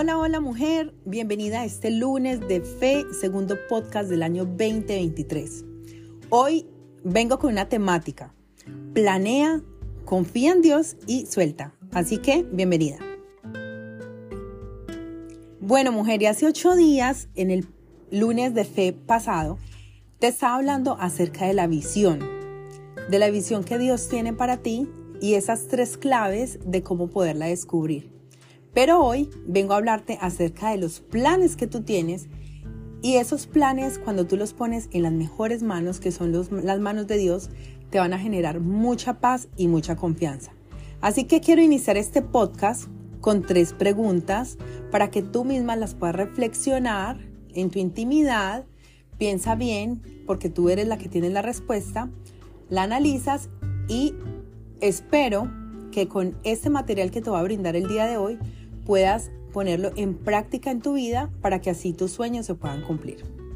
Hola, hola mujer, bienvenida a este lunes de fe, segundo podcast del año 2023. Hoy vengo con una temática, planea, confía en Dios y suelta, así que bienvenida. Bueno mujer, y hace 8 días, en el lunes de fe pasado, te estaba hablando acerca de la visión que Dios tiene para ti y esas 3 claves de cómo poderla descubrir. Pero hoy vengo a hablarte acerca de los planes que tú tienes y esos planes, cuando tú los pones en las mejores manos, que son las manos de Dios, te van a generar mucha paz y mucha confianza. Así que quiero iniciar este podcast con 3 preguntas para que tú misma las puedas reflexionar en tu intimidad. Piensa bien, porque tú eres la que tiene la respuesta, la analizas y espero que con este material que te voy a brindar el día de hoy puedas ponerlo en práctica en tu vida para que así tus sueños se puedan cumplir.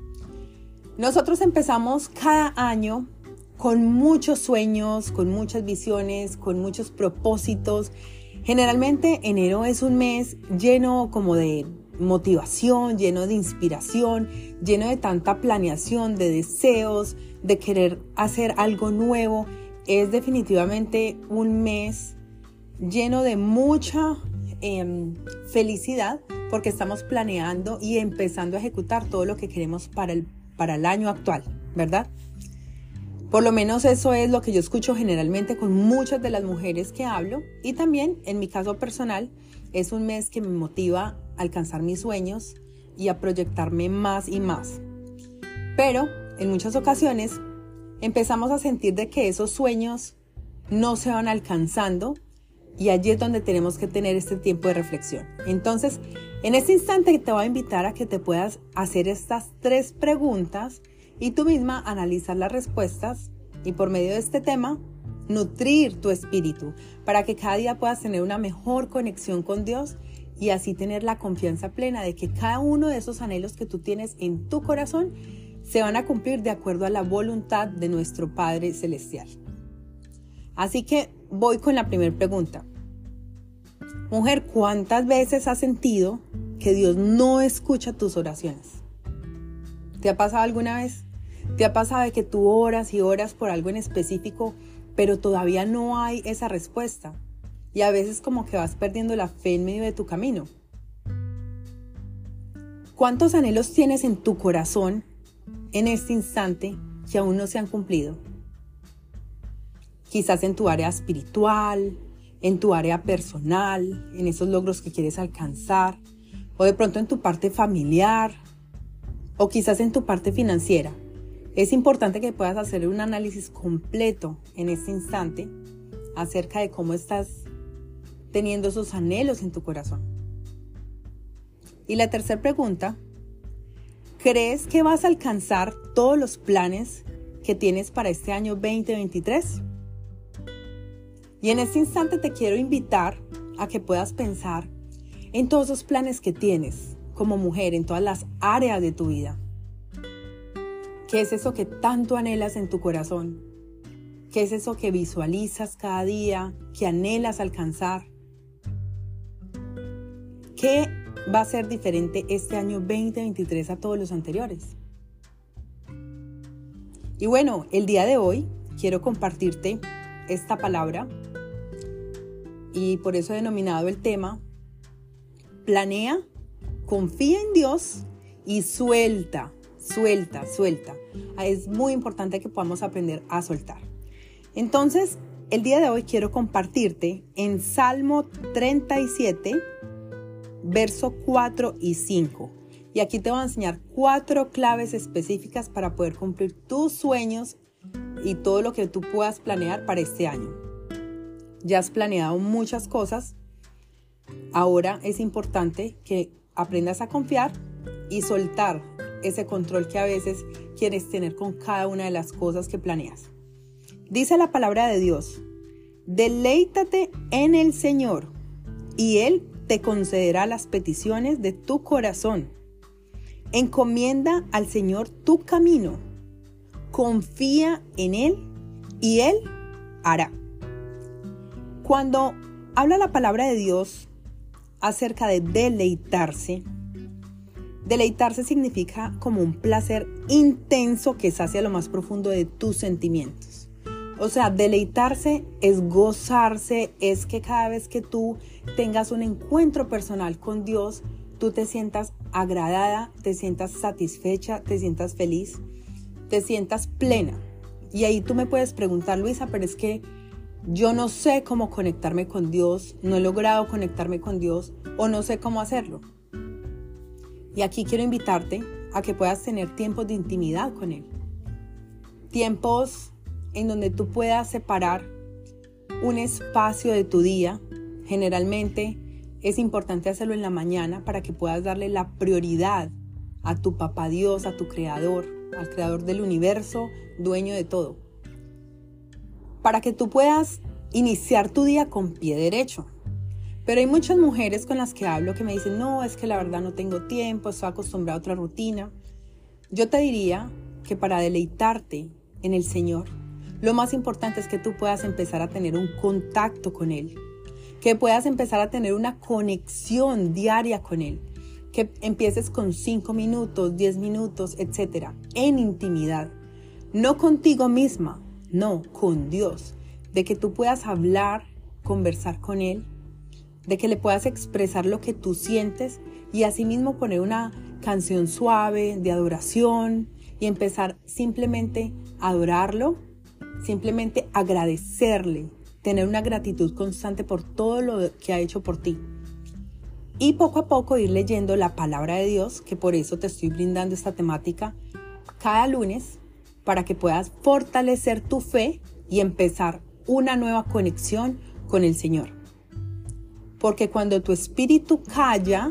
Nosotros empezamos cada año con muchos sueños, con muchas visiones, con muchos propósitos. Generalmente enero es un mes lleno como de motivación, lleno de inspiración, lleno de tanta planeación, de deseos, de querer hacer algo nuevo. Es definitivamente un mes lleno de mucha felicidad porque estamos planeando y empezando a ejecutar todo lo que queremos para el año actual, ¿verdad? Por lo menos eso es lo que yo escucho generalmente con muchas de las mujeres que hablo, y también en mi caso personal es un mes que me motiva a alcanzar mis sueños y a proyectarme más y más. Pero en muchas ocasiones empezamos a sentir de que esos sueños no se van alcanzando, y allí es donde tenemos que tener este tiempo de reflexión. Entonces, en este instante te voy a invitar a que te puedas hacer estas 3 preguntas y tú misma analizar las respuestas y por medio de este tema nutrir tu espíritu para que cada día puedas tener una mejor conexión con Dios y así tener la confianza plena de que cada uno de esos anhelos que tú tienes en tu corazón se van a cumplir de acuerdo a la voluntad de nuestro Padre Celestial. Así que voy con la primera pregunta. Mujer, ¿cuántas veces has sentido que Dios no escucha tus oraciones? ¿Te ha pasado alguna vez? ¿Te ha pasado de que tú oras y oras por algo en específico, pero todavía no hay esa respuesta? Y a veces como que vas perdiendo la fe en medio de tu camino. ¿Cuántos anhelos tienes en tu corazón en este instante que aún no se han cumplido? Quizás en tu área espiritual, en tu área personal, en esos logros que quieres alcanzar, o de pronto en tu parte familiar, o quizás en tu parte financiera. Es importante que puedas hacer un análisis completo en este instante acerca de cómo estás teniendo esos anhelos en tu corazón. Y la tercera pregunta, ¿crees que vas a alcanzar todos los planes que tienes para este año 2023? Y en este instante te quiero invitar a que puedas pensar en todos los planes que tienes como mujer, en todas las áreas de tu vida. ¿Qué es eso que tanto anhelas en tu corazón? ¿Qué es eso que visualizas cada día, que anhelas alcanzar? ¿Qué va a ser diferente este año 2023 a todos los anteriores? Y bueno, el día de hoy quiero compartirte esta palabra y por eso he denominado el tema planea, confía en Dios y suelta. Es muy importante que podamos aprender a soltar. Entonces, el día de hoy quiero compartirte en Salmo 37, verso 4 y 5. Y aquí te voy a enseñar 4 claves específicas para poder cumplir tus sueños y todo lo que tú puedas planear para este año. Ya has planeado muchas cosas. Ahora es importante que aprendas a confiar y soltar ese control que a veces quieres tener con cada una de las cosas que planeas. Dice la palabra de Dios: deleítate en el Señor y Él te concederá las peticiones de tu corazón. Encomienda al Señor tu camino. Confía en Él y Él hará. Cuando habla la palabra de Dios acerca de deleitarse. Deleitarse significa como un placer intenso que sacia lo más profundo de tus sentimientos. O sea, deleitarse es gozarse, es que cada vez que tú tengas un encuentro personal con Dios, tú te sientas agradada, te sientas satisfecha, te sientas feliz, te sientas plena. Y ahí tú me puedes preguntar, Luisa, pero es que yo no sé cómo conectarme con Dios, no he logrado conectarme con Dios o no sé cómo hacerlo. Y aquí quiero invitarte a que puedas tener tiempos de intimidad con Él. Tiempos en donde tú puedas separar un espacio de tu día. Generalmente es importante hacerlo en la mañana para que puedas darle la prioridad a tu papá Dios, a tu creador, al creador del universo, dueño de todo. Para que tú puedas iniciar tu día con pie derecho. Pero hay muchas mujeres con las que hablo que me dicen, no, es que la verdad no tengo tiempo, estoy acostumbrada a otra rutina. Yo te diría que para deleitarte en el Señor, lo más importante es que tú puedas empezar a tener un contacto con Él, que puedas empezar a tener una conexión diaria con Él, que empieces con 5 minutos, 10 minutos, etcétera, en intimidad. No contigo misma, no, con Dios. De que tú puedas hablar, conversar con Él, de que le puedas expresar lo que tú sientes y asimismo poner una canción suave de adoración y empezar simplemente a adorarlo, simplemente agradecerle, tener una gratitud constante por todo lo que ha hecho por ti. Y poco a poco ir leyendo la palabra de Dios, que por eso te estoy brindando esta temática cada lunes, para que puedas fortalecer tu fe y empezar una nueva conexión con el Señor. Porque cuando tu espíritu calla,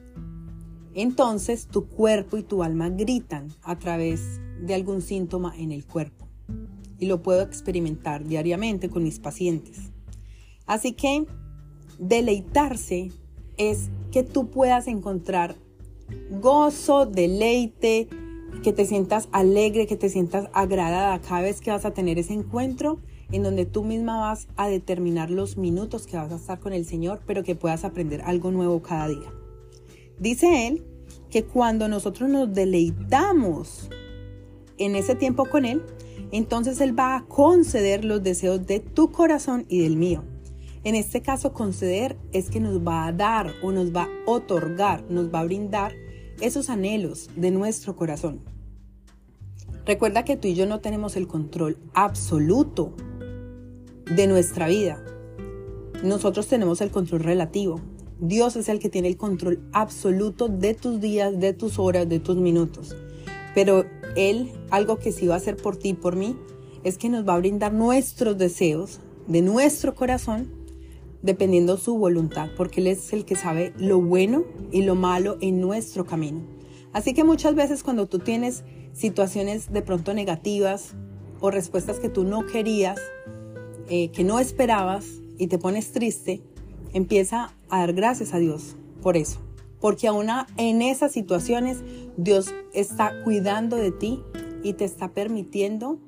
entonces tu cuerpo y tu alma gritan a través de algún síntoma en el cuerpo. Y lo puedo experimentar diariamente con mis pacientes. Así que deleitarse es que tú puedas encontrar gozo, deleite, que te sientas alegre, que te sientas agradada cada vez que vas a tener ese encuentro en donde tú misma vas a determinar los minutos que vas a estar con el Señor, pero que puedas aprender algo nuevo cada día. Dice Él que cuando nosotros nos deleitamos en ese tiempo con Él, entonces Él va a conceder los deseos de tu corazón y del mío. En este caso, conceder es que nos va a dar o nos va a otorgar, nos va a brindar esos anhelos de nuestro corazón. Recuerda que tú y yo no tenemos el control absoluto de nuestra vida. Nosotros tenemos el control relativo. Dios es el que tiene el control absoluto de tus días, de tus horas, de tus minutos. Pero Él, algo que sí va a hacer por ti y por mí, es que nos va a brindar nuestros deseos de nuestro corazón, dependiendo su voluntad, porque Él es el que sabe lo bueno y lo malo en nuestro camino. Así que muchas veces cuando tú tienes situaciones de pronto negativas o respuestas que tú no querías, que no esperabas y te pones triste, empieza a dar gracias a Dios por eso. Porque aún en esas situaciones Dios está cuidando de ti y te está permitiendo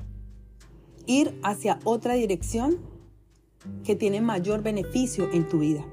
ir hacia otra dirección que tiene mayor beneficio en tu vida.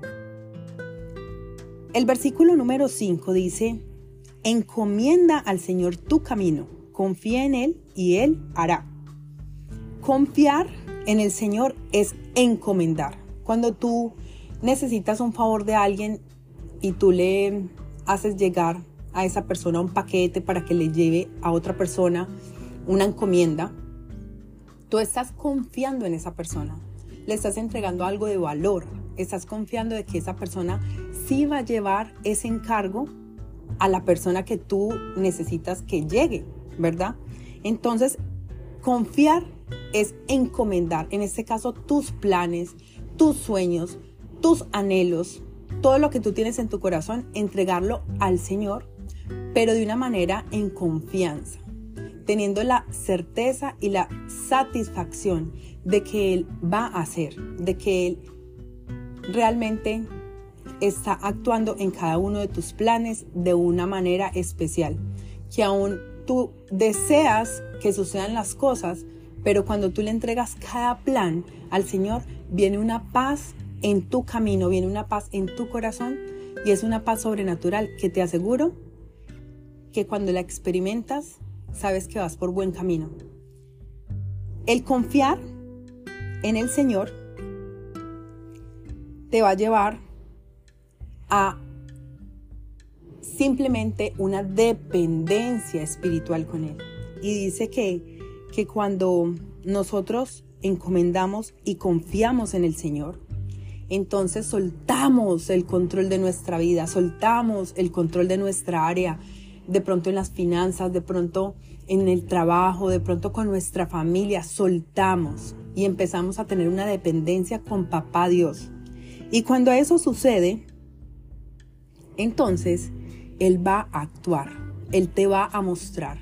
El versículo número 5 dice: encomienda al Señor tu camino, confía en Él y Él hará. Confiar en el Señor es encomendar. Cuando tú necesitas un favor de alguien y tú le haces llegar a esa persona un paquete para que le lleve a otra persona una encomienda, tú estás confiando en esa persona, le estás entregando algo de valor, estás confiando de que esa persona sí va a llevar ese encargo a la persona que tú necesitas que llegue, ¿verdad? Entonces, confiar es encomendar, en este caso, tus planes, tus sueños, tus anhelos, todo lo que tú tienes en tu corazón, entregarlo al Señor, pero de una manera en confianza, teniendo la certeza y la satisfacción de que Él va a hacer, de que Él realmente está actuando en cada uno de tus planes de una manera especial, que aún tú deseas que sucedan las cosas, pero cuando tú le entregas cada plan al Señor, viene una paz en tu camino, viene una paz en tu corazón y es una paz sobrenatural que te aseguro que cuando la experimentas, sabes que vas por buen camino. El confiar en el Señor te va a llevar a simplemente una dependencia espiritual con Él. Y dice que cuando nosotros encomendamos y confiamos en el Señor, entonces soltamos el control de nuestra vida, soltamos el control de nuestra área, de pronto en las finanzas, de pronto en el trabajo, de pronto con nuestra familia, soltamos y empezamos a tener una dependencia con Papá Dios. Y cuando eso sucede, entonces Él va a actuar, Él te va a mostrar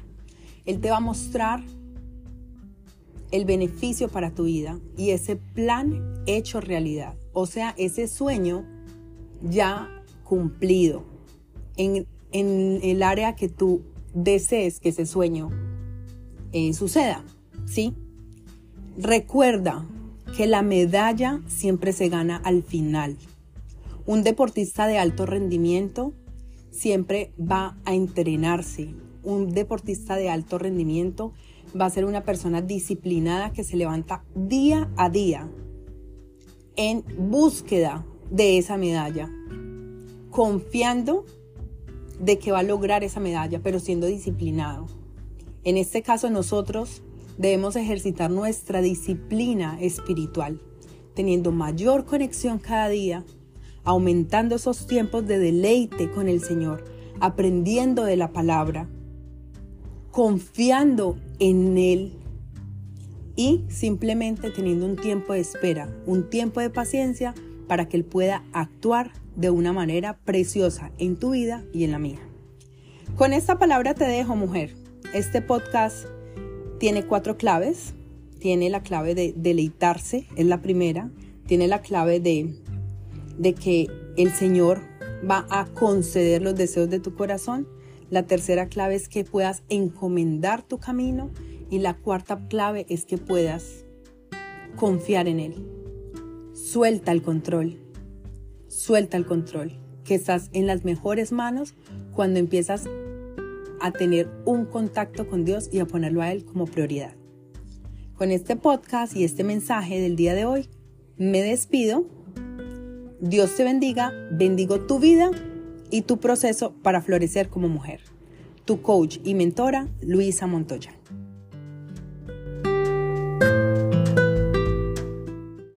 el beneficio para tu vida y ese plan hecho realidad, o sea, ese sueño ya cumplido en el área que tú desees que ese sueño suceda, ¿sí? Recuerda que la medalla siempre se gana al final. Un deportista de alto rendimiento siempre va a entrenarse. Un deportista de alto rendimiento va a ser una persona disciplinada que se levanta día a día en búsqueda de esa medalla, confiando de que va a lograr esa medalla, pero siendo disciplinado. En este caso, nosotros debemos ejercitar nuestra disciplina espiritual, teniendo mayor conexión cada día, aumentando esos tiempos de deleite con el Señor, aprendiendo de la palabra, confiando en Él y simplemente teniendo un tiempo de espera, un tiempo de paciencia para que Él pueda actuar de una manera preciosa en tu vida y en la mía. Con esta palabra te dejo, mujer. Este podcast tiene 4 claves. Tiene la clave de deleitarse, es la primera. Tiene la clave de que el Señor va a conceder los deseos de tu corazón. La tercera clave es que puedas encomendar tu camino. Y la cuarta clave es que puedas confiar en Él. Suelta el control, que estás en las mejores manos cuando empiezas a tener un contacto con Dios y a ponerlo a Él como prioridad. Con este podcast y este mensaje del día de hoy, me despido. Dios te bendiga, bendigo tu vida y tu proceso para florecer como mujer. Tu coach y mentora, Luisa Montoya.